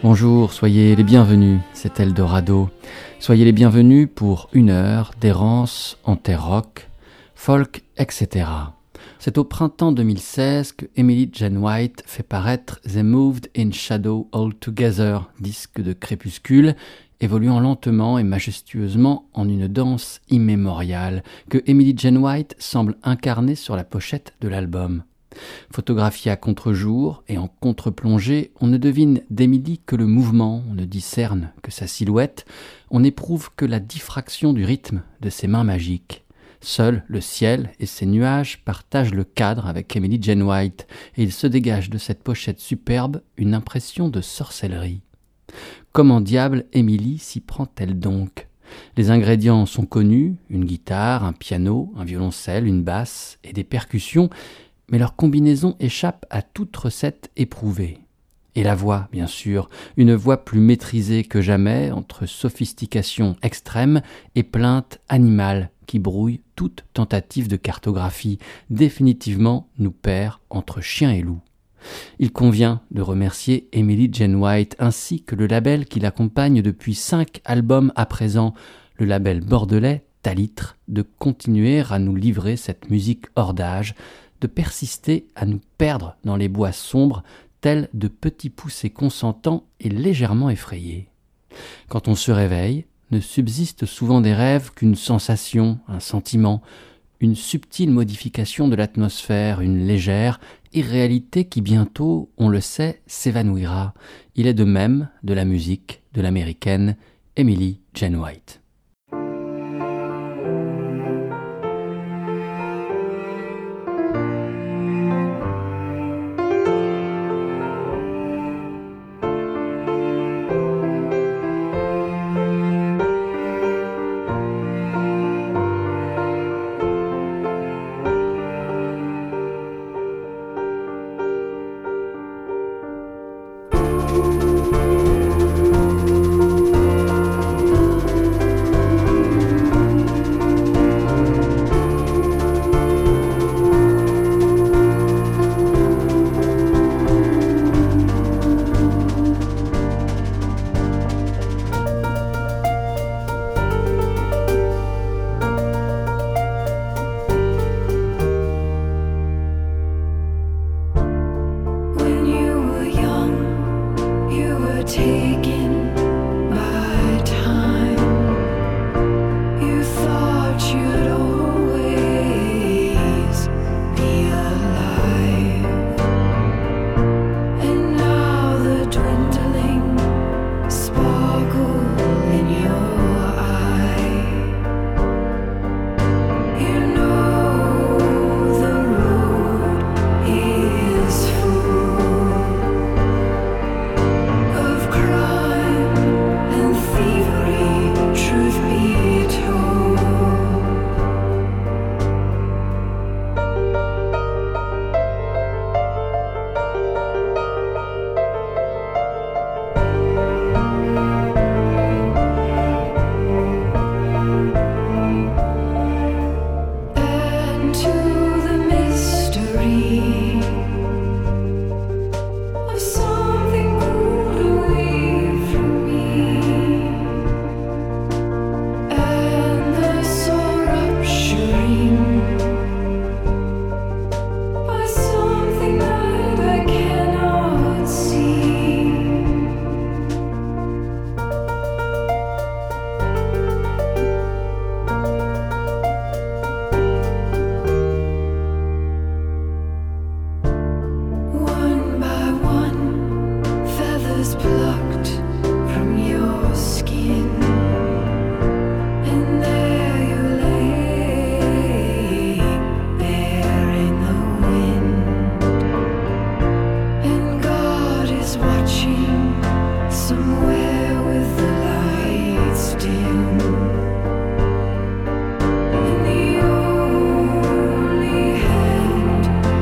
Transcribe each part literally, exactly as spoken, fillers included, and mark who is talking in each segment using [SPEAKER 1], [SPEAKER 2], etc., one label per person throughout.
[SPEAKER 1] Bonjour, soyez les bienvenus, c'est Eldorado. Soyez les bienvenus pour une heure d'errance en terre rock, folk, et cetera. C'est au printemps deux mille seize que Emily Jane White fait paraître They Moved in Shadow All Together, disque de crépuscule, évoluant lentement et majestueusement en une danse immémoriale que Emily Jane White semble incarner sur la pochette de l'album. Photographiée à contre-jour et en contre-plongée, on ne devine d'Emily que le mouvement, on ne discerne que sa silhouette, on n'éprouve que la diffraction du rythme de ses mains magiques. Seul le ciel et ses nuages partagent le cadre avec Emily Jane White et il se dégage de cette pochette superbe une impression de sorcellerie. Comment diable Emily s'y prend-elle donc ? Les ingrédients sont connus, une guitare, un piano, un violoncelle, une basse et des percussions, mais leur combinaison échappe à toute recette éprouvée. Et la voix, bien sûr, une voix plus maîtrisée que jamais entre sophistication extrême et plainte animale qui brouille toute tentative de cartographie, définitivement nous perd entre chien et loup. Il convient de remercier Emily Jane White ainsi que le label qui l'accompagne depuis cinq albums à présent, le label bordelais Talitre, de continuer à nous livrer cette musique hors d'âge, de persister à nous perdre dans les bois sombres tels de petits poussés consentants et légèrement effrayés. Quand on se réveille, ne subsiste souvent des rêves qu'une sensation, un sentiment, une subtile modification de l'atmosphère, une légère irréalité qui bientôt, on le sait, s'évanouira. Il est de même de la musique de l'américaine Emily Jane White.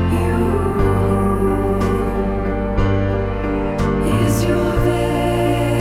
[SPEAKER 2] Is your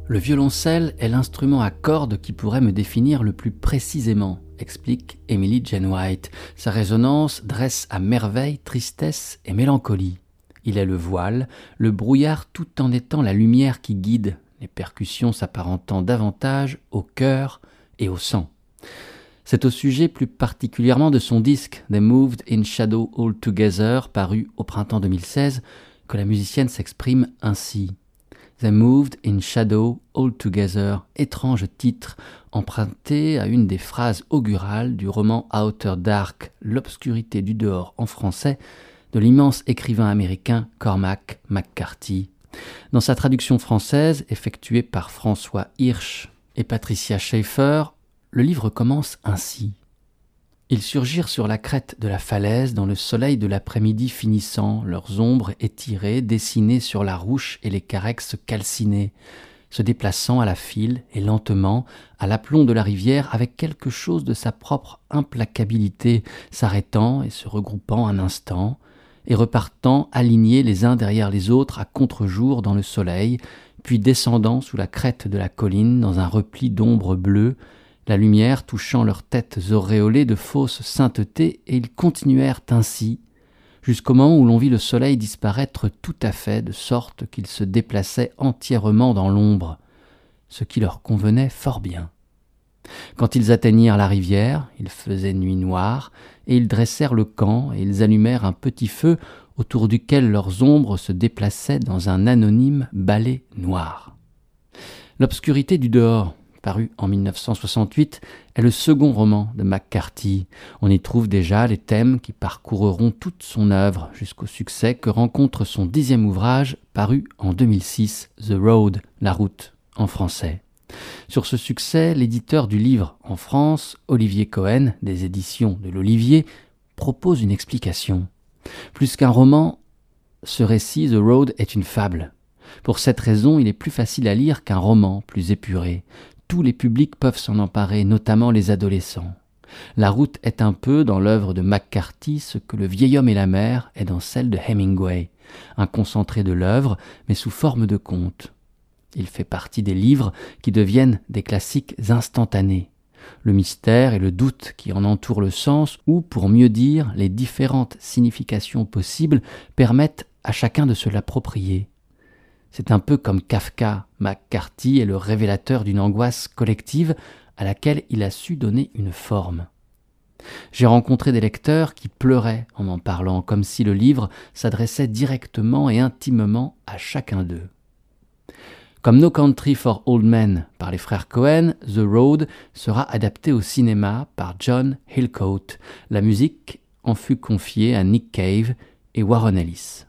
[SPEAKER 1] Le violoncelle est l'instrument à cordes qui pourrait me définir le plus précisément, explique Emily Jane White. Sa résonance dresse à merveille tristesse et mélancolie. Il est le voile, le brouillard tout en étant la lumière qui guide, les percussions s'apparentant davantage au cœur et au sang. C'est au sujet plus particulièrement de son disque They Moved in Shadow All Together, paru au printemps deux mille seize, que la musicienne s'exprime ainsi. They Moved in Shadow All Together, étrange titre emprunté à une des phrases augurales du roman Outer Dark, L'obscurité du dehors en français, de l'immense écrivain américain Cormac McCarthy. Dans sa traduction française, effectuée par François Hirsch et Patricia Schaeffer, le livre commence ainsi. Ils surgirent sur la crête de la falaise dans le soleil de l'après-midi finissant, leurs ombres étirées, dessinées sur la rouche et les carex calcinés, se déplaçant à la file et lentement, à l'aplomb de la rivière, avec quelque chose de sa propre implacabilité, s'arrêtant et se regroupant un instant, et repartant alignés les uns derrière les autres à contre-jour dans le soleil, puis descendant sous la crête de la colline dans un repli d'ombre bleue, la lumière touchant leurs têtes auréolées de fausse sainteté, et ils continuèrent ainsi, jusqu'au moment où l'on vit le soleil disparaître tout à fait, de sorte qu'ils se déplaçaient entièrement dans l'ombre, ce qui leur convenait fort bien. Quand ils atteignirent la rivière, il faisait nuit noire, et ils dressèrent le camp, et ils allumèrent un petit feu autour duquel leurs ombres se déplaçaient dans un anonyme balai noir. L'obscurité du dehors, paru en mille neuf cent soixante-huit, est le second roman de McCarthy. On y trouve déjà les thèmes qui parcourront toute son œuvre jusqu'au succès que rencontre son dixième ouvrage, paru en deux mille six, The Road, La route, en français. Sur ce succès, l'éditeur du livre en France, Olivier Cohen, des éditions de l'Olivier, propose une explication. Plus qu'un roman, ce récit, The Road, est une fable. Pour cette raison, il est plus facile à lire qu'un roman plus épuré. Tous les publics peuvent s'en emparer, notamment les adolescents. La route est un peu, dans l'œuvre de McCarthy, ce que Le vieil homme et la mer est dans celle de Hemingway, un concentré de l'œuvre, mais sous forme de conte. Il fait partie des livres qui deviennent des classiques instantanés. Le mystère et le doute qui en entourent le sens, ou, pour mieux dire, les différentes significations possibles, permettent à chacun de se l'approprier. C'est un peu comme Kafka. McCarthy est le révélateur d'une angoisse collective à laquelle il a su donner une forme. J'ai rencontré des lecteurs qui pleuraient en en parlant, comme si le livre s'adressait directement et intimement à chacun d'eux. Comme No Country for Old Men par les frères Cohen, The Road sera adapté au cinéma par John Hillcoat. La musique en fut confiée à Nick Cave et Warren Ellis.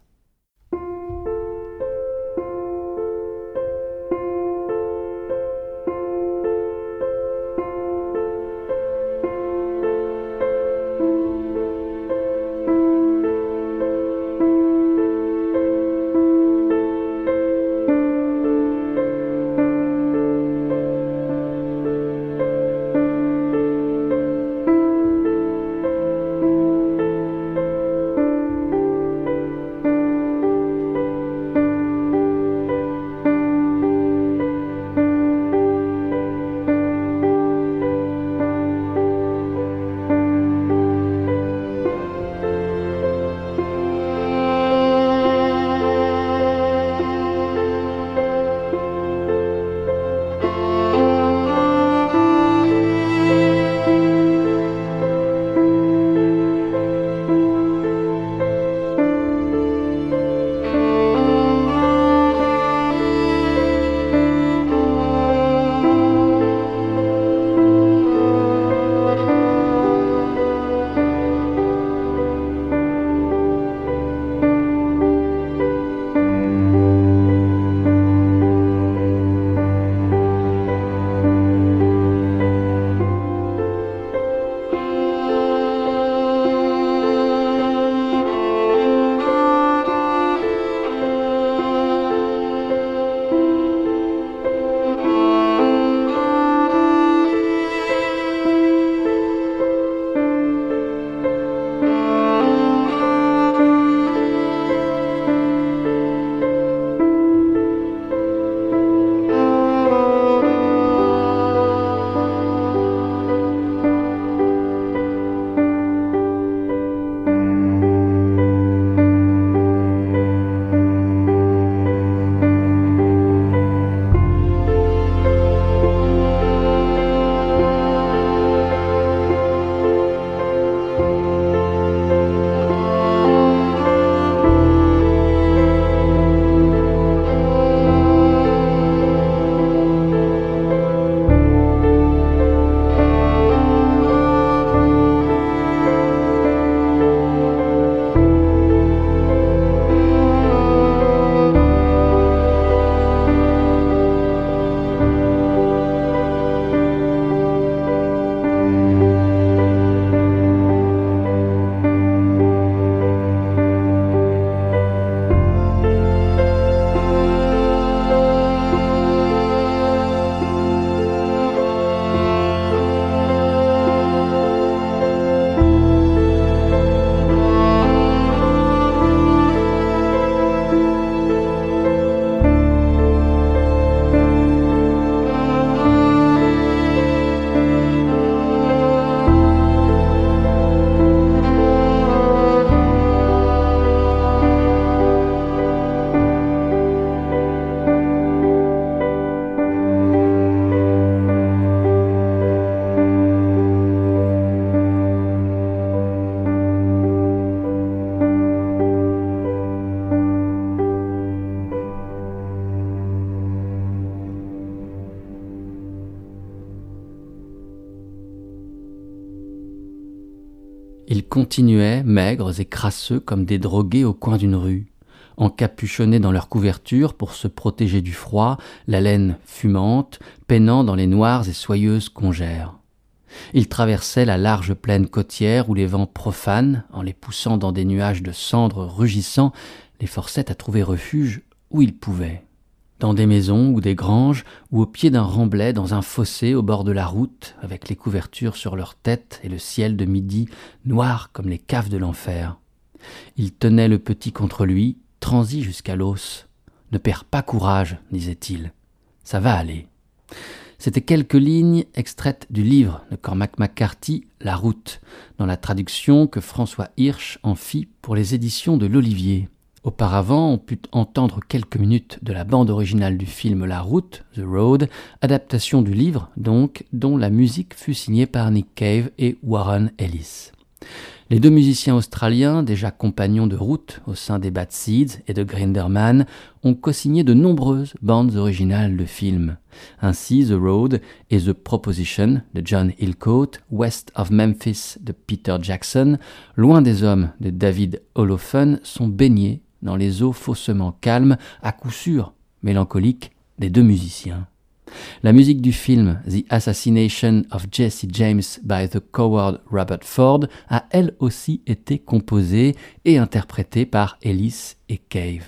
[SPEAKER 1] continuaient, maigres et crasseux comme des drogués au coin d'une rue, encapuchonnés dans leurs couvertures pour se protéger du froid, la laine fumante, peinant dans les noires et soyeuses congères. Ils traversaient la large plaine côtière où les vents profanes, en les poussant dans des nuages de cendres rugissants, les forçaient à trouver refuge où ils pouvaient. Dans des maisons ou des granges, ou au pied d'un remblai dans un fossé au bord de la route, avec les couvertures sur leurs têtes et le ciel de midi noir comme les caves de l'enfer. Il tenait le petit contre lui, transi jusqu'à l'os. « Ne perds pas courage, disait-il. Ça va aller. » C'étaient quelques lignes extraites du livre de Cormac McCarthy, La route, dans la traduction que François Hirsch en fit pour les éditions de l'Olivier. Auparavant, on put entendre quelques minutes de la bande originale du film La route, The Road, adaptation du livre donc, dont la musique fut signée par Nick Cave et Warren Ellis. Les deux musiciens australiens, déjà compagnons de route au sein des Bad Seeds et de Grinderman, ont co-signé de nombreuses bandes originales de films. Ainsi, The Road et The Proposition de John Hillcoat, West of Memphis de Peter Jackson, Loin des hommes de David Holofen sont baignés dans les eaux faussement calmes, à coup sûr mélancoliques, des deux musiciens. La musique du film The Assassination of Jesse James by the Coward Robert Ford a elle aussi été composée et interprétée par Ellis et Cave.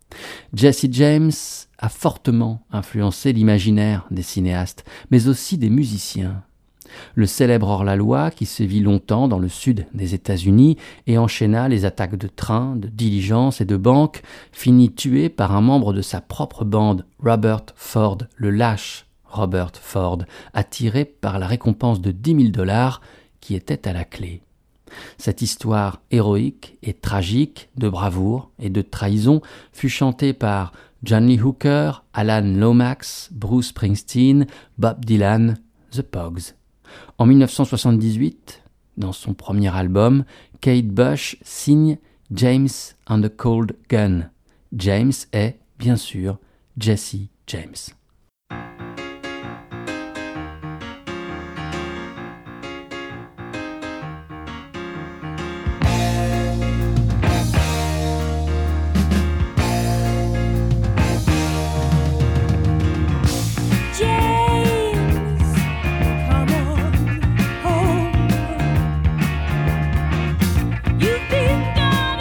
[SPEAKER 1] Jesse James a fortement influencé l'imaginaire des cinéastes, mais aussi des musiciens. Le célèbre hors-la-loi, qui sévit longtemps dans le sud des États-Unis et enchaîna les attaques de trains, de diligences et de banques, finit tué par un membre de sa propre bande, Robert Ford, le lâche Robert Ford, attiré par la récompense de dix mille dollars qui était à la clé. Cette histoire héroïque et tragique de bravoure et de trahison fut chantée par John Lee Hooker, Alan Lomax, Bruce Springsteen, Bob Dylan, The Pogues. En dix-neuf cent soixante-dix-huit, dans son premier album, Kate Bush signe James and the Cold Gun. James est, bien sûr, Jesse James.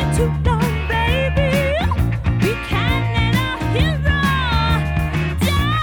[SPEAKER 2] Too long, baby. We can't let our hero die.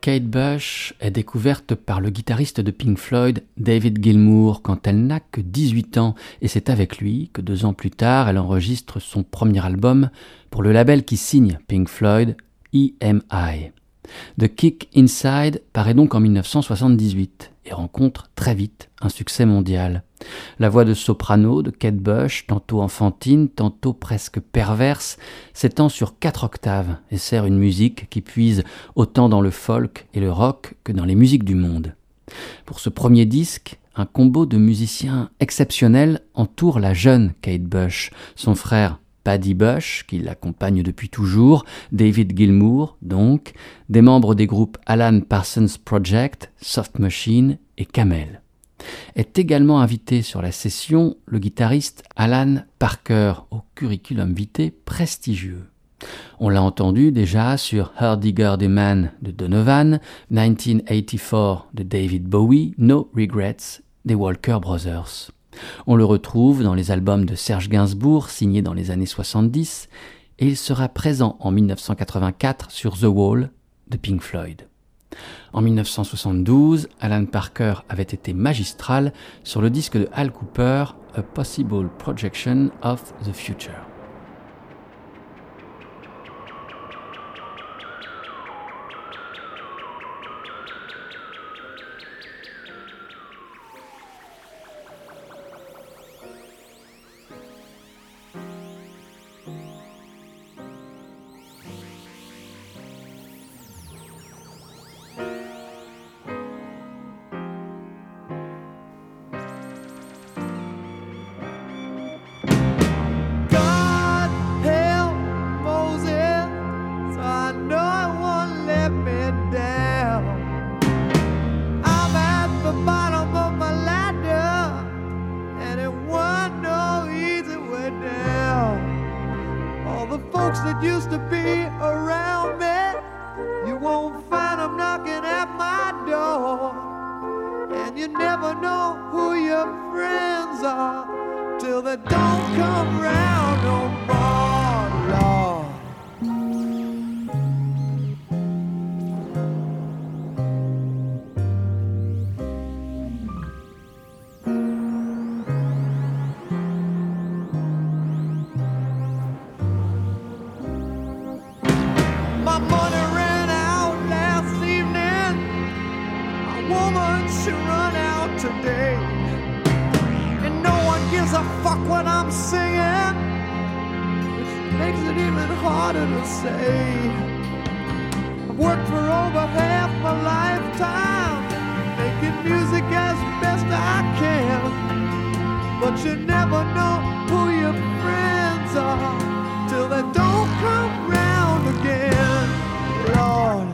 [SPEAKER 1] Kate Bush est découverte par le guitariste de Pink Floyd, David Gilmour, quand elle n'a que dix-huit ans, et c'est avec lui que deux ans plus tard, elle enregistre son premier album pour le label qui signe Pink Floyd, E M I. The Kick Inside paraît donc en dix-neuf cent soixante-dix-huit et rencontre très vite un succès mondial. La voix de soprano de Kate Bush, tantôt enfantine, tantôt presque perverse, s'étend sur quatre octaves et sert une musique qui puise autant dans le folk et le rock que dans les musiques du monde. Pour ce premier disque, un combo de musiciens exceptionnels entoure la jeune Kate Bush, son frère Paddy Bush, qui l'accompagne depuis toujours, David Gilmour, donc, des membres des groupes Alan Parsons Project, Soft Machine et Camel. Est également invité sur la session le guitariste Alan Parker, au curriculum vitae prestigieux. On l'a entendu déjà sur Hurdy-Gurdy Man de Donovan, dix-neuf cent quatre-vingt-quatorze de David Bowie, No Regrets des Walker Brothers. On le retrouve dans les albums de Serge Gainsbourg, signés dans les années soixante-dix, et il sera présent en dix-neuf cent quatre-vingt-quatre sur The Wall de Pink Floyd. En dix-neuf cent soixante-douze, Alan Parker avait été magistral sur le disque de Al Cooper, A Possible Projection of the Future.
[SPEAKER 2] That used to be around me, you won't find them knocking at my door. And you never know who your friends are till they don't come round no more, Lord. Today, and no one gives a fuck what I'm singing, which makes it even harder to say. I've worked for over half my lifetime, making music as best I can, but you never know who your friends are till they don't come round again, Lord.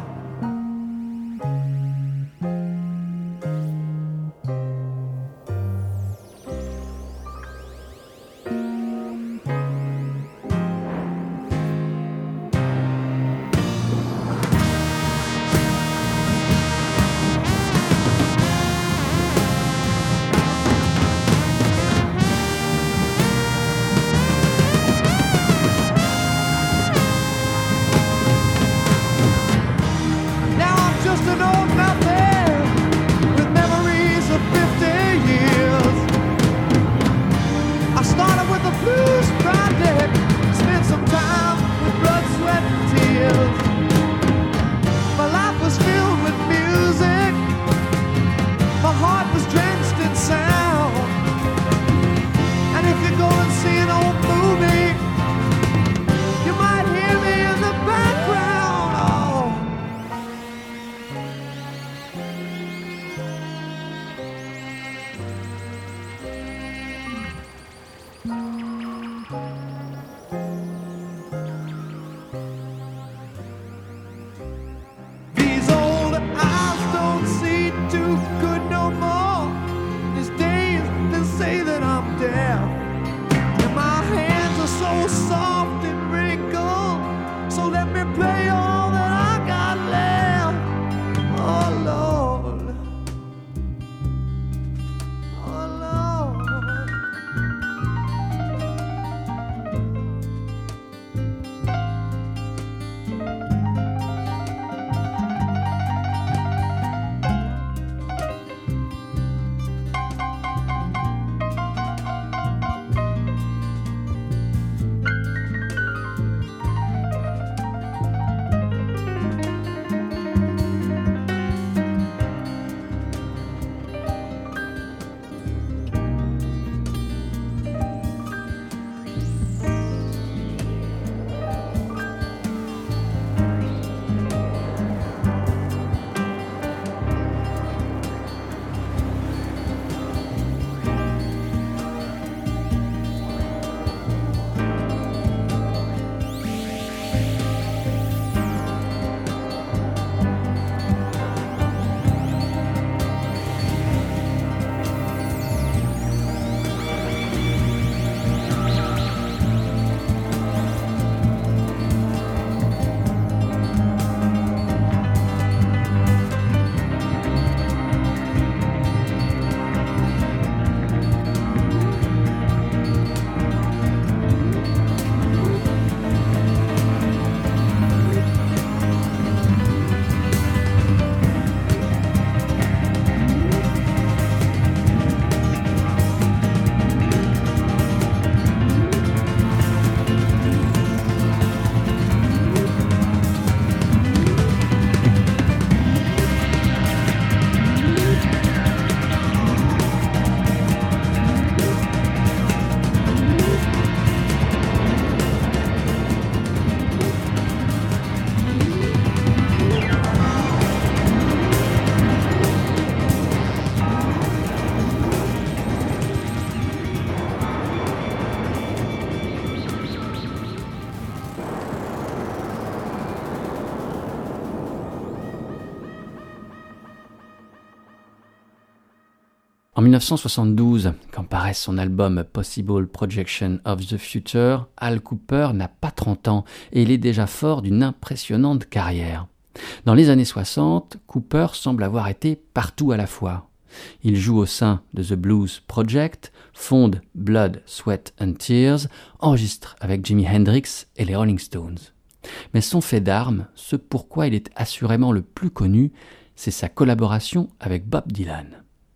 [SPEAKER 1] En dix-neuf cent soixante-douze, quand paraît son album Possible Projection of the Future, Al Kooper n'a pas trente ans et il est déjà fort d'une impressionnante carrière. Dans les années soixante, Cooper semble avoir été partout à la fois. Il joue au sein de The Blues Project, fonde Blood, Sweat and Tears, enregistre avec Jimi Hendrix et les Rolling Stones. Mais son fait d'armes, ce pourquoi il est assurément le plus connu, c'est sa collaboration avec Bob Dylan.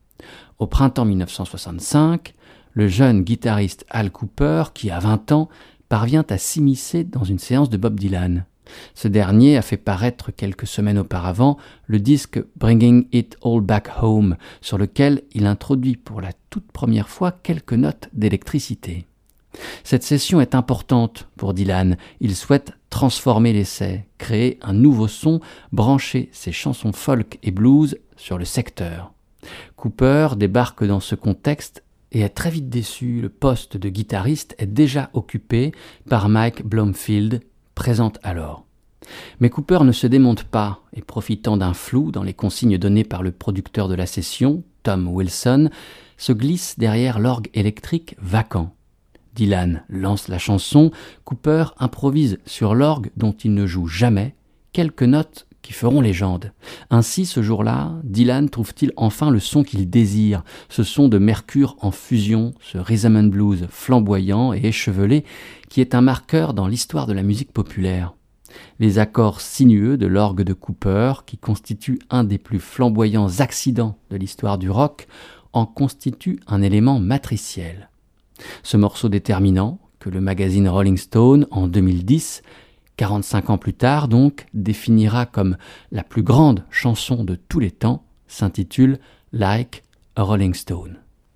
[SPEAKER 1] Au printemps dix-neuf cent soixante-cinq, le jeune guitariste Al Kooper, qui a vingt ans, parvient à s'immiscer dans une séance de Bob Dylan. Ce dernier a fait paraître quelques semaines auparavant le disque Bringing It All Back Home, sur lequel il introduit pour la toute première fois quelques notes d'électricité. Cette session est importante pour Dylan. Il souhaite transformer l'essai, créer un nouveau son, brancher ses chansons folk et blues sur le secteur. Cooper débarque dans ce contexte et est très vite déçu. Le poste de guitariste est déjà occupé par Mike Bloomfield, présente alors. Mais Cooper ne se démonte pas et, profitant d'un flou dans les consignes données par le producteur de la session, Tom Wilson, se glisse derrière l'orgue électrique vacant. Dylan lance la chanson, Cooper improvise sur l'orgue dont il ne joue jamais quelques notes qui feront légende. Ainsi, ce jour-là, Dylan trouve-t-il enfin le son qu'il désire, ce son de mercure en fusion, ce rhythm and blues flamboyant et échevelé qui est un marqueur dans l'histoire de la musique populaire. Les accords sinueux de l'orgue de Cooper, qui constitue un des plus flamboyants accidents de l'histoire du rock, en constituent un élément matriciel. Ce morceau déterminant, que le magazine Rolling Stone, en deux mille dix, quarante-cinq ans plus tard donc, définira comme la plus grande chanson de tous les temps, s'intitule Like a Rolling Stone.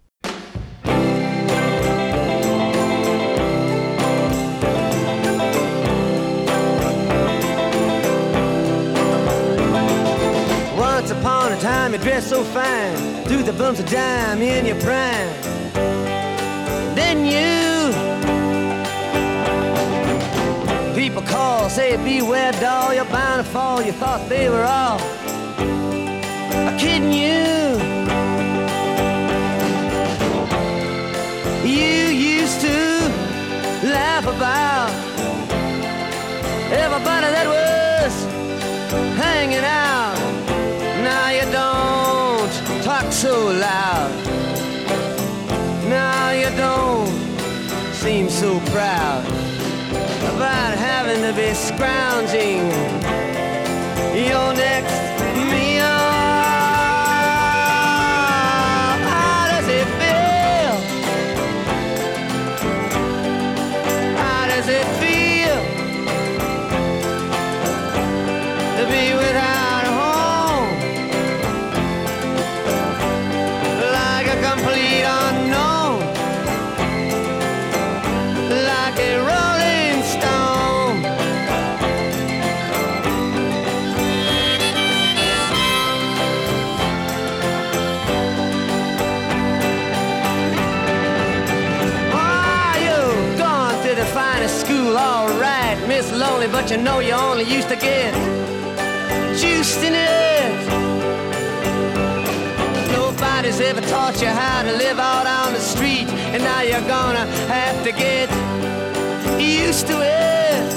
[SPEAKER 3] Once upon a time you dressed so fine, threw the bumps of dime in your prime. Then you people call, say beware doll, you're bound to fall. You thought they were all kidding you. You used to laugh about everybody that was hanging out. Now you don't talk so loud. Now you don't seem so proud about having to be scrounging your next meal. How does it feel? How does it feel to be without a home? Like a complete unknown, like a rolling stone. Oh, you've gone to the finest school, all right, Miss Lonely, but you know you only used to get juiced in it. Nobody's ever taught you how to live out on the street, and now you're gonna have to get used to it.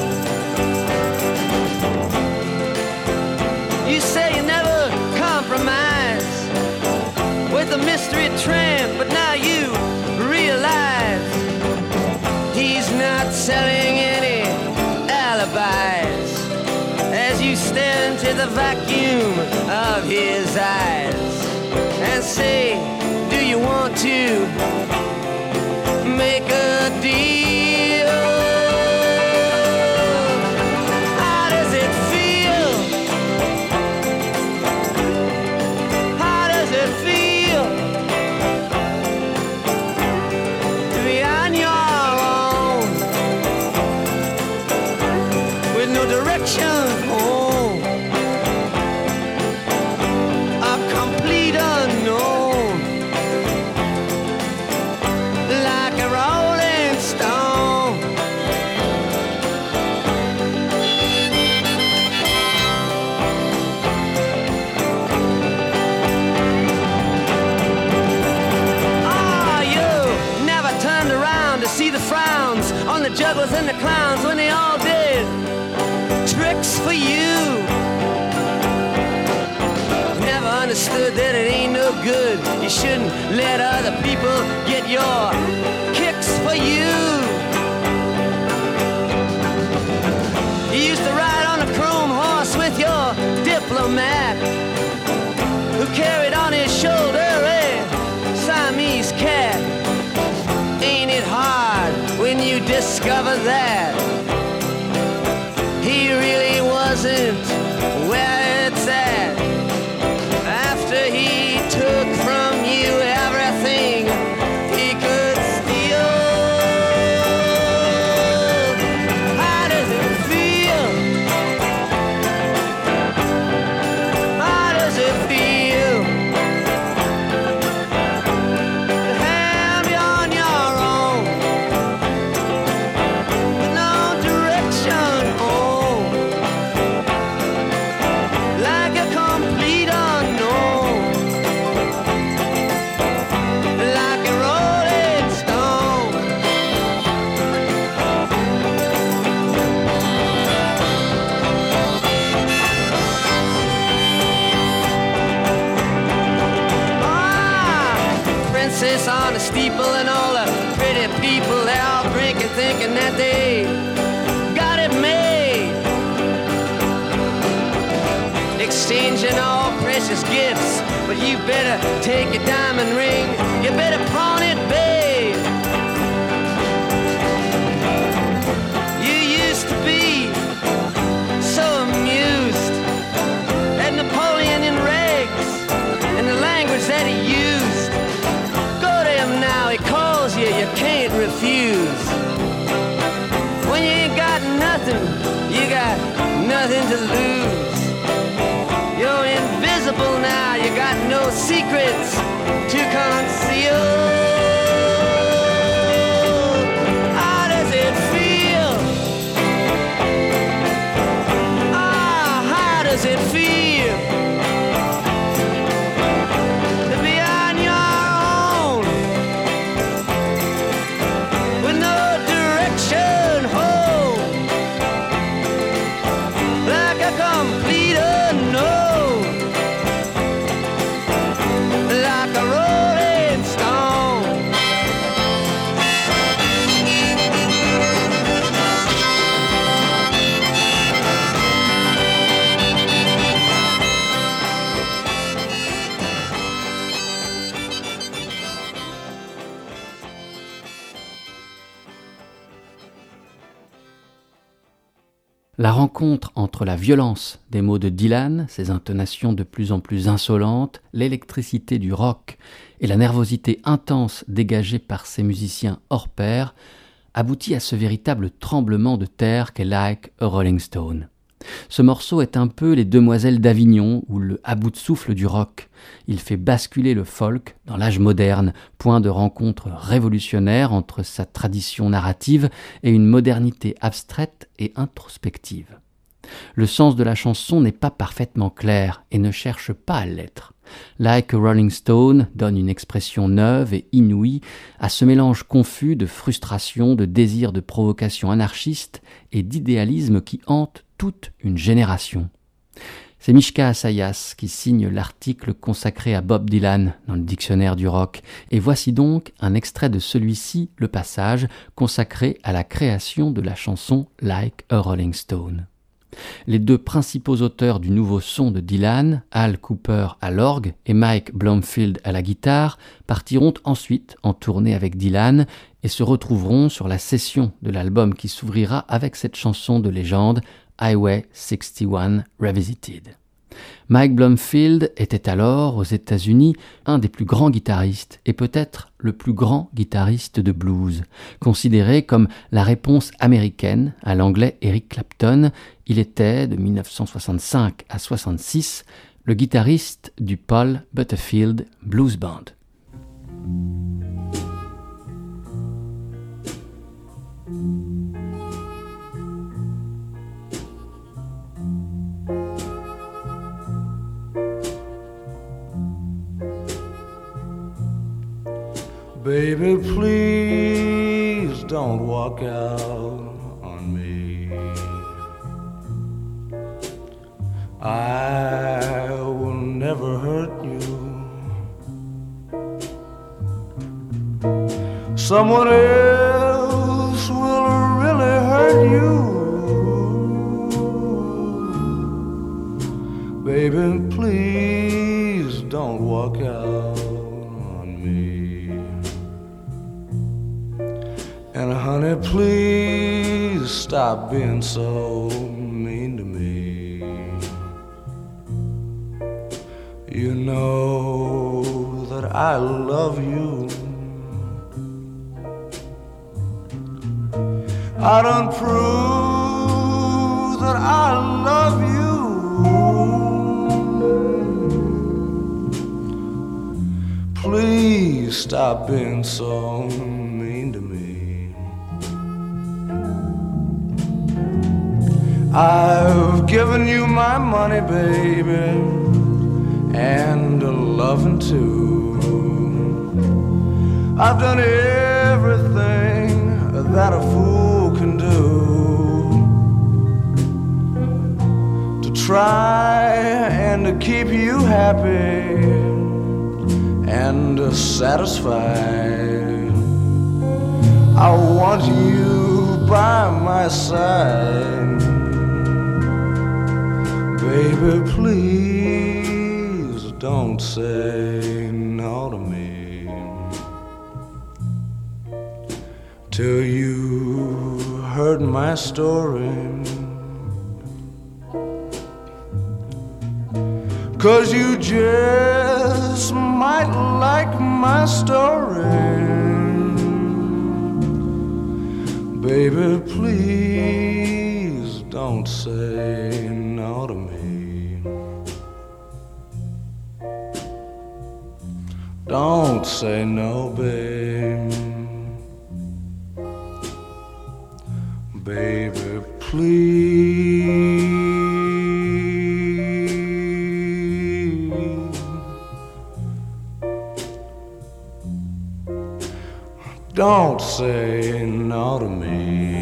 [SPEAKER 3] You say you never compromise with a mystery tramp, but now you realize he's not selling any alibis as you stare into the vacuum of his eyes and say, do you want to make a deal? How does it feel? How does it feel to be on your own with no direction home? A complete unknown, like a rolling stone. shouldn't let other people get your kicks for you. You used to ride on a chrome horse with your diplomat, who carried on his shoulder a Siamese cat. Ain't it hard when you discover that he really wasn't where it's at? After he took from you everything he could steal. How does it feel? How does it feel to have you on your own with no direction home, like a complete unknown, like a rolling stone? Ah, princess on the steeple and all the pretty people, they're all drinking, thinking that they got it made, exchanging all precious gifts. But you better take your diamond ring, you better pawn it, babe. You used to be so amused at Napoleon in rags and the language that he used. Go to him now, he calls you, you can't refuse. When you ain't got nothing, you got nothing to lose. You're invisible now, you got no secrets to conceal. How does it feel? Ah, how does it feel to be on your own with no direction home, like a complete unknown, like a rolling stone?
[SPEAKER 1] La rencontre entre la violence des mots de Dylan, ses intonations de plus en plus insolentes, l'électricité du rock et la nervosité intense dégagée par ces musiciens hors pair aboutit à ce véritable tremblement de terre qu'est Like a Rolling Stone. Ce morceau est un peu les Demoiselles d'Avignon ou le à bout de souffle du rock. Il fait basculer le folk dans l'âge moderne, point de rencontre révolutionnaire entre sa tradition narrative et une modernité abstraite et introspective. Le sens de la chanson n'est pas parfaitement clair et ne cherche pas à l'être. Like a Rolling Stone donne une expression neuve et inouïe à ce mélange confus de frustration, de désir de provocation anarchiste et d'idéalisme qui hante toute une génération. C'est Mishka Assayas qui signe l'article consacré à Bob Dylan dans le dictionnaire du rock. Et voici donc un extrait de celui-ci, le passage consacré à la création de la chanson Like a Rolling Stone. Les deux principaux auteurs du nouveau son de Dylan, Al Cooper à l'orgue et Mike Blomfield à la guitare, partiront ensuite en tournée avec Dylan et se retrouveront sur la session de l'album qui s'ouvrira avec cette chanson de légende, Highway soixante et un Revisited. Mike Blomfield était alors, aux États-Unis, un des plus grands guitaristes et peut-être le plus grand guitariste de blues. Considéré comme la réponse américaine à l'anglais Eric Clapton, il était, de dix-neuf cent soixante-cinq à soixante-six, le guitariste du Paul Butterfield Blues Band.
[SPEAKER 4] Baby, please don't walk out on me. I will never hurt you. someone else will really hurt you. Baby, please don't walk out on me. And honey, please stop being so mean to me. You know that I love you. I done proved that I love you. Please stop being so mean to me. I've given you my money, baby, and a loving too. I've done everything that a fool can do to try and to keep you happy and satisfied. I want you by my side. Baby, please don't say no to me till you heard my story. 'Cause you just might like my story. Baby, please don't say no to me. Don't say no, babe. Baby, please. Don't say no to me.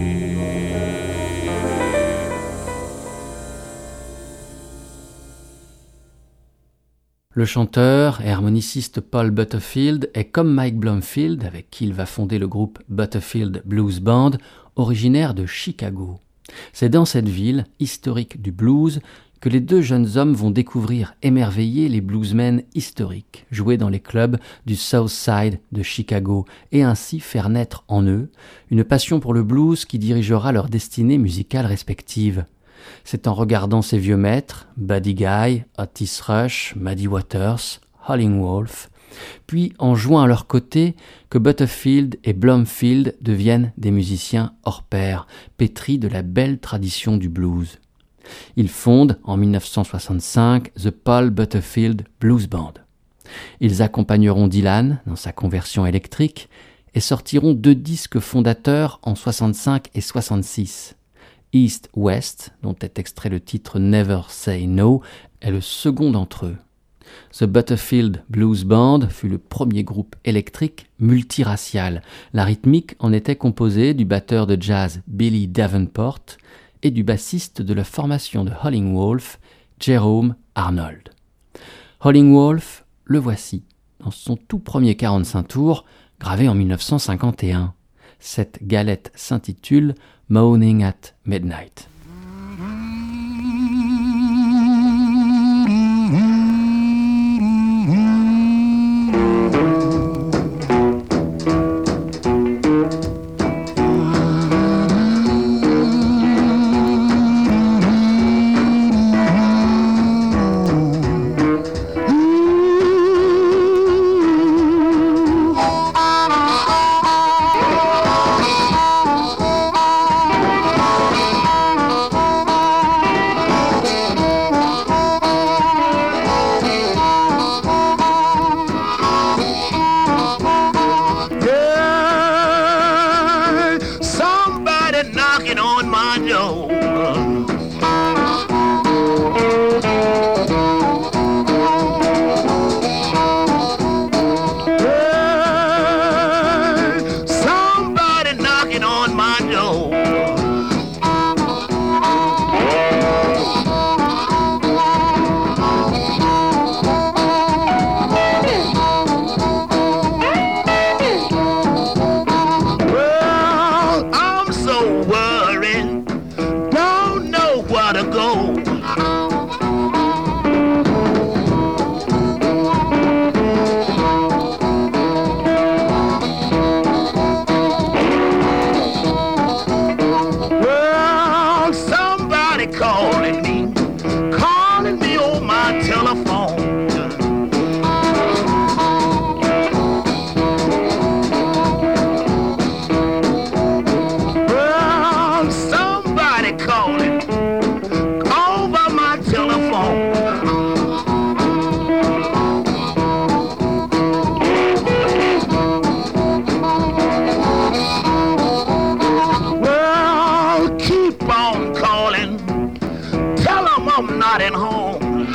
[SPEAKER 1] Le chanteur et harmoniciste Paul Butterfield est comme Mike Bloomfield, avec qui il va fonder le groupe Butterfield Blues Band, originaire de Chicago. C'est dans cette ville, historique du blues, que les deux jeunes hommes vont découvrir émerveillés les bluesmen historiques, joués dans les clubs du South Side de Chicago, et ainsi faire naître en eux une passion pour le blues qui dirigera leur destinée musicale respective. C'est en regardant ces vieux maîtres, Buddy Guy, Otis Rush, Muddy Waters, Howlin' Wolf, puis en jouant à leur côté que Butterfield et Bloomfield deviennent des musiciens hors pair, pétris de la belle tradition du blues. Ils fondent en dix-neuf cent soixante-cinq The Paul Butterfield Blues Band. Ils accompagneront Dylan dans sa conversion électrique et sortiront deux disques fondateurs en soixante-cinq et soixante-six. East West, dont est extrait le titre Never Say No, est le second d'entre eux. The Butterfield Blues Band fut le premier groupe électrique multiracial. La rythmique en était composée du batteur de jazz Billy Davenport et du bassiste de la formation de Howlin' Wolf, Jerome Arnold. Howlin' Wolf, le voici, dans son tout premier quarante-cinq tours, gravé en dix-neuf cent cinquante et un. Cette galette s'intitule Moaning at Midnight.
[SPEAKER 5] go. Well, somebody calling me, calling me on my telephone. Not at home.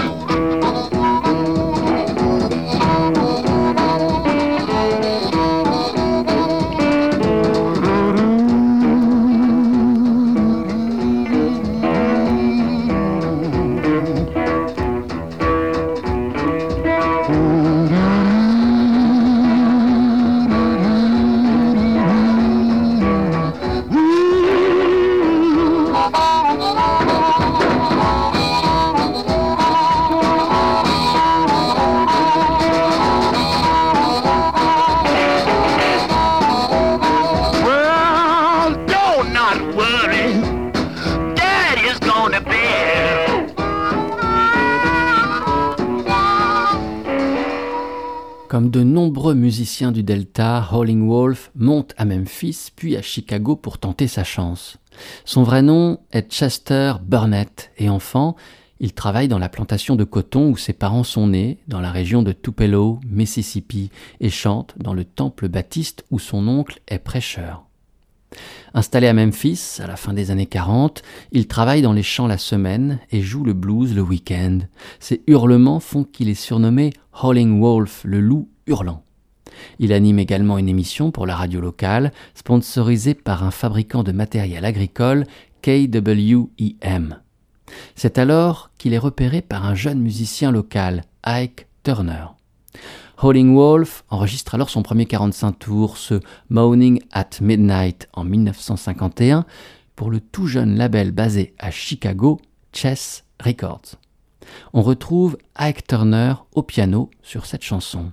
[SPEAKER 1] Comme de nombreux musiciens du Delta, Howlin' Wolf monte à Memphis puis à Chicago pour tenter sa chance. Son vrai nom est Chester Burnett et enfant, il travaille dans la plantation de coton où ses parents sont nés, dans la région de Tupelo, Mississippi, et chante dans le temple baptiste où son oncle est prêcheur. Installé à Memphis, à la fin des années quarante, il travaille dans les champs la semaine et joue le blues le week-end. Ses hurlements font qu'il est surnommé Howlin' Wolf, le loup hurlant. Il anime également une émission pour la radio locale, sponsorisée par un fabricant de matériel agricole, K W E M. C'est alors qu'il est repéré par un jeune musicien local, Ike Turner. Howlin' Wolf enregistre alors son premier quarante-cinq tours, ce Moaning at Midnight en dix-neuf cent cinquante et un, pour le tout jeune label basé à Chicago, Chess Records. On retrouve Ike Turner au piano sur cette chanson.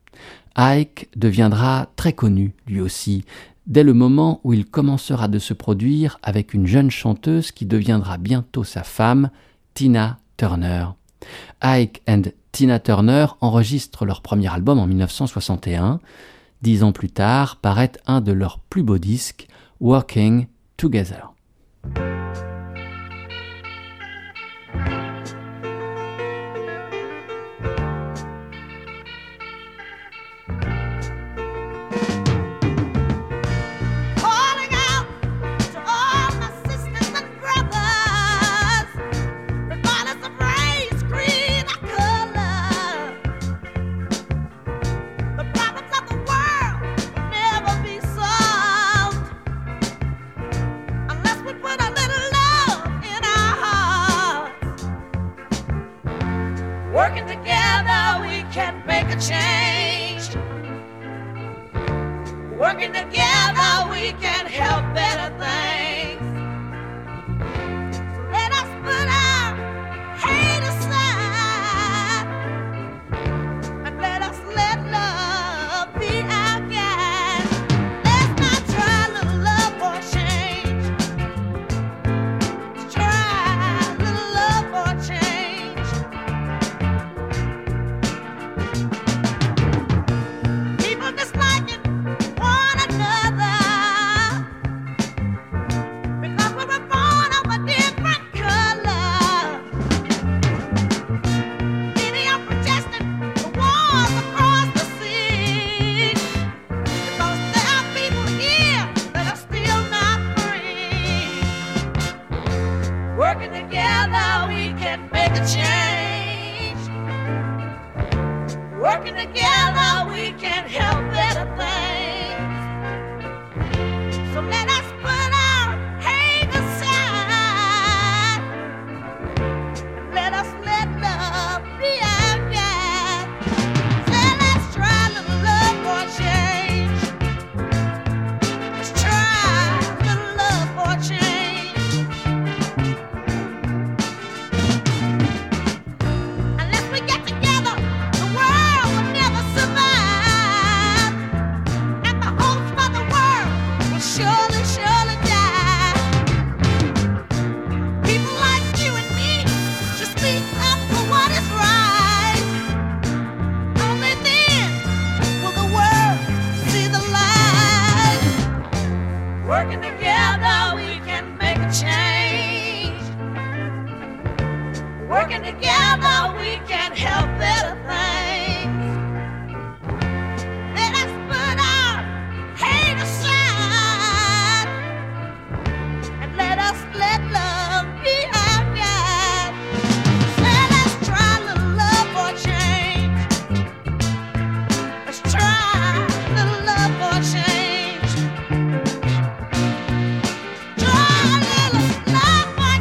[SPEAKER 1] Ike deviendra très connu lui aussi, dès le moment où il commencera de se produire avec une jeune chanteuse qui deviendra bientôt sa femme, Tina Turner. Ike and Tina Turner enregistrent leur premier album en dix-neuf cent soixante et un. Dix ans plus tard, paraît un de leurs plus beaux disques, Working Together.
[SPEAKER 6] Working together, we can make a change. Working together, we can help better things. So let us put our hate aside and let us let love be our guide. Let's not try a little love for change. Let's try a little love for change. Working together, we can make a change. Working together, we can help better things. So let us put our hate aside. Let us let love be our guide. So let's try a little love for change. Let's try a little love for change. together we can help better things. Let us put our hate aside and let us let love be our guide. Let us try a little love for change. Let's try a little love for change. Try a little love for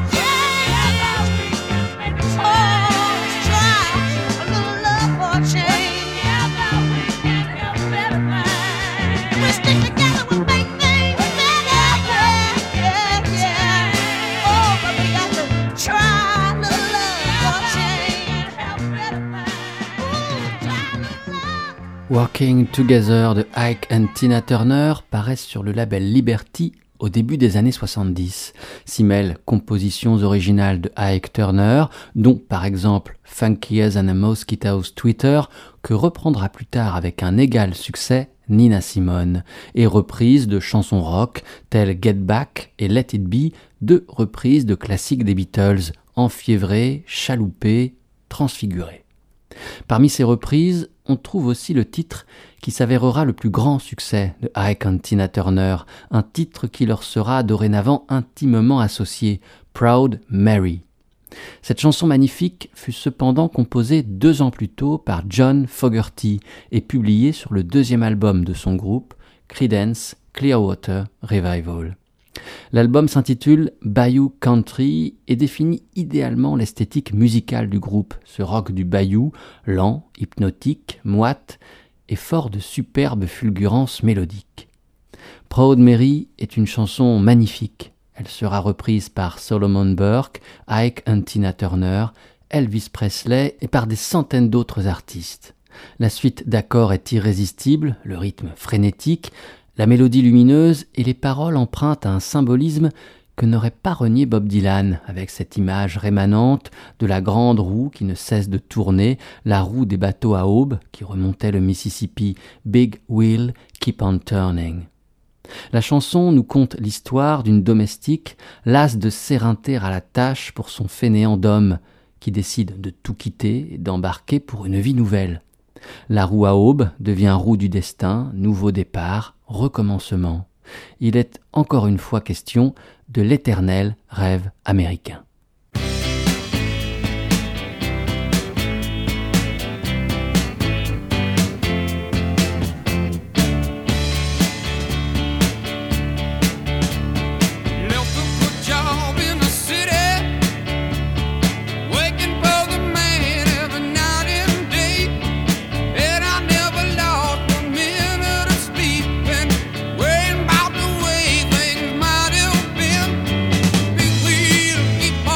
[SPEAKER 6] change. Oh, let's try a little love for change. Together we can help better things. If we stick together, we'll make things better. Yeah, yeah, yeah. Oh, but we got to try a little love for change. Help better things. Ooh, try a little love.
[SPEAKER 1] Working Together de Ike and Tina Turner paraissent sur le label Liberty au début des années soixante-dix. S'y mêlent compositions originales de Ike Turner, dont par exemple Funkier Than a Mosquito's Twitter, que reprendra plus tard avec un égal succès Nina Simone, et reprises de chansons rock telles Get Back et Let It Be, deux reprises de classiques des Beatles, enfiévrées, chaloupées, transfigurées. Parmi ces reprises, on trouve aussi le titre qui s'avérera le plus grand succès de Ike and Tina Turner, un titre qui leur sera dorénavant intimement associé, Proud Mary. Cette chanson magnifique fut cependant composée deux ans plus tôt par John Fogerty et publiée sur le deuxième album de son groupe, Creedence Clearwater Revival. L'album s'intitule Bayou Country et définit idéalement l'esthétique musicale du groupe, ce rock du bayou, lent, hypnotique, moite et fort de superbes fulgurances mélodiques. Proud Mary est une chanson magnifique. Elle sera reprise par Solomon Burke, Ike and Tina Turner, Elvis Presley et par des centaines d'autres artistes. La suite d'accords est irrésistible, le rythme frénétique, la mélodie lumineuse et les paroles empruntent à un symbolisme que n'aurait pas renié Bob Dylan, avec cette image rémanente de la grande roue qui ne cesse de tourner, la roue des bateaux à aube qui remontaient le Mississippi, Big Wheel, Keep on Turning. La chanson nous conte l'histoire d'une domestique lasse de s'éreinter à la tâche pour son fainéant d'homme, qui décide de tout quitter et d'embarquer pour une vie nouvelle. La roue à aube devient roue du destin, nouveau départ, recommencement. Il est encore une fois question de l'éternel rêve américain.
[SPEAKER 7] Keep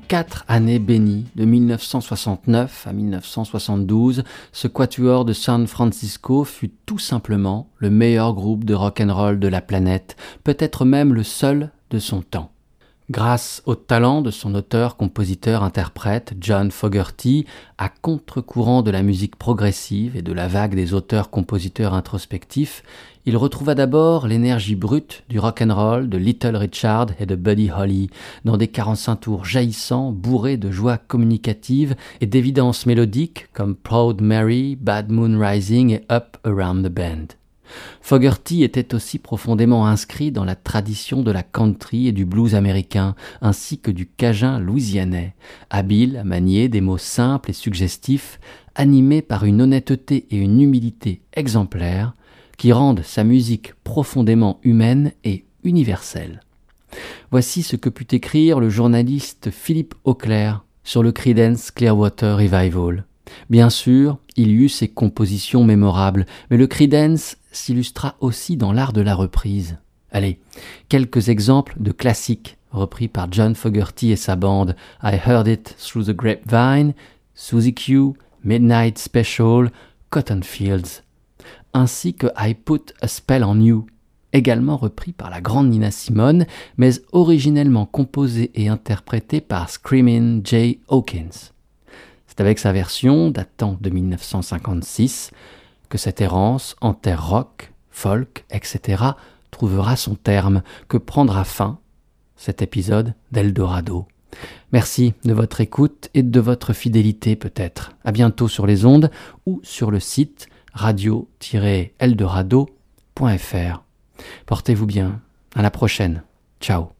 [SPEAKER 1] quatre années bénies, de mille neuf cent soixante-neuf à mille neuf cent soixante-douze, ce quatuor de San Francisco fut tout simplement le meilleur groupe de rock'n'roll de la planète, peut-être même le seul de son temps. Grâce au talent de son auteur-compositeur-interprète John Fogerty, à contre-courant de la musique progressive et de la vague des auteurs-compositeurs introspectifs, il retrouva d'abord l'énergie brute du rock'n'roll de Little Richard et de Buddy Holly, dans des quarante-cinq tours jaillissants, bourrés de joie communicative et d'évidences mélodiques comme Proud Mary, Bad Moon Rising et Up Around the Bend. Fogerty était aussi profondément inscrit dans la tradition de la country et du blues américain, ainsi que du cajun louisianais, habile à manier des mots simples et suggestifs, animé par une honnêteté et une humilité exemplaires, qui rendent sa musique profondément humaine et universelle. Voici ce que put écrire le journaliste Philippe Auclair sur le Creedence Clearwater Revival. Bien sûr, il y eut ses compositions mémorables, mais le Creedence s'illustra aussi dans l'art de la reprise. Allez, quelques exemples de classiques repris par John Fogerty et sa bande. I Heard It Through the Grapevine, Suzy Q, Midnight Special, Cotton Fields, ainsi que I Put a Spell on You, également repris par la grande Nina Simone, mais originellement composé et interprété par Screamin' Jay Hawkins. C'est avec sa version, datant de mille neuf cent cinquante-six, que cette errance en terre rock, folk, et cetera trouvera son terme, que prendra fin cet épisode d'Eldorado. Merci de votre écoute et de votre fidélité peut-être. À bientôt sur les ondes ou sur le site radio tiret eldorado point f r. Portez-vous bien. À la prochaine. Ciao.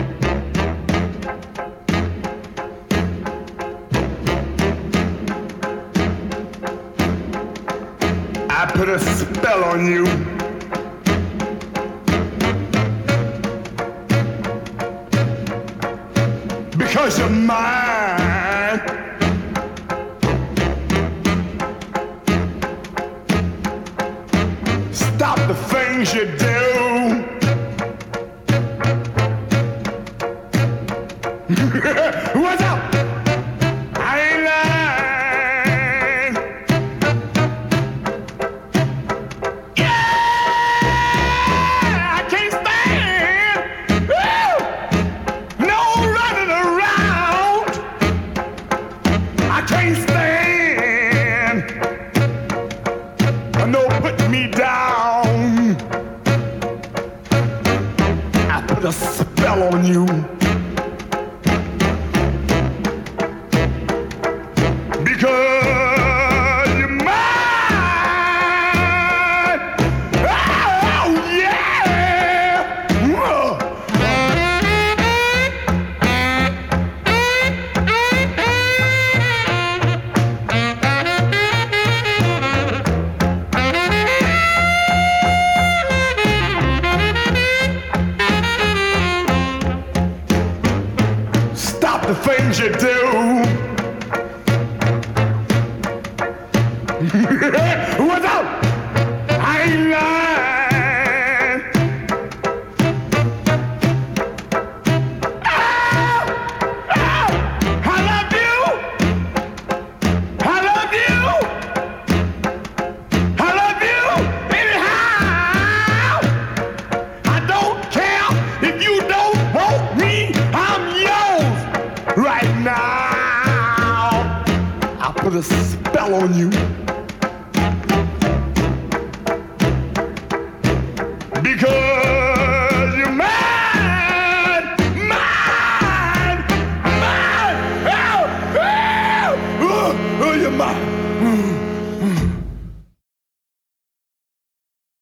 [SPEAKER 5] I put a spell on you. Because you're mine. Stop the things you do. What's up? I ain't lying. Yeah, I can't stand. Woo! No running around. I can't stand. No putting me down. I put a spell on you. Because you're mine. Oh, yeah. Whoa. Stop the things you do. What's up? I ain't lying. Oh, oh, I love you. I love you. I love you anyhow. I don't care if you don't want me. I'm yours right now. I'll put a spell on you. Because you're mine, mine, mine. Oh, oh, oh, oh, you're mine.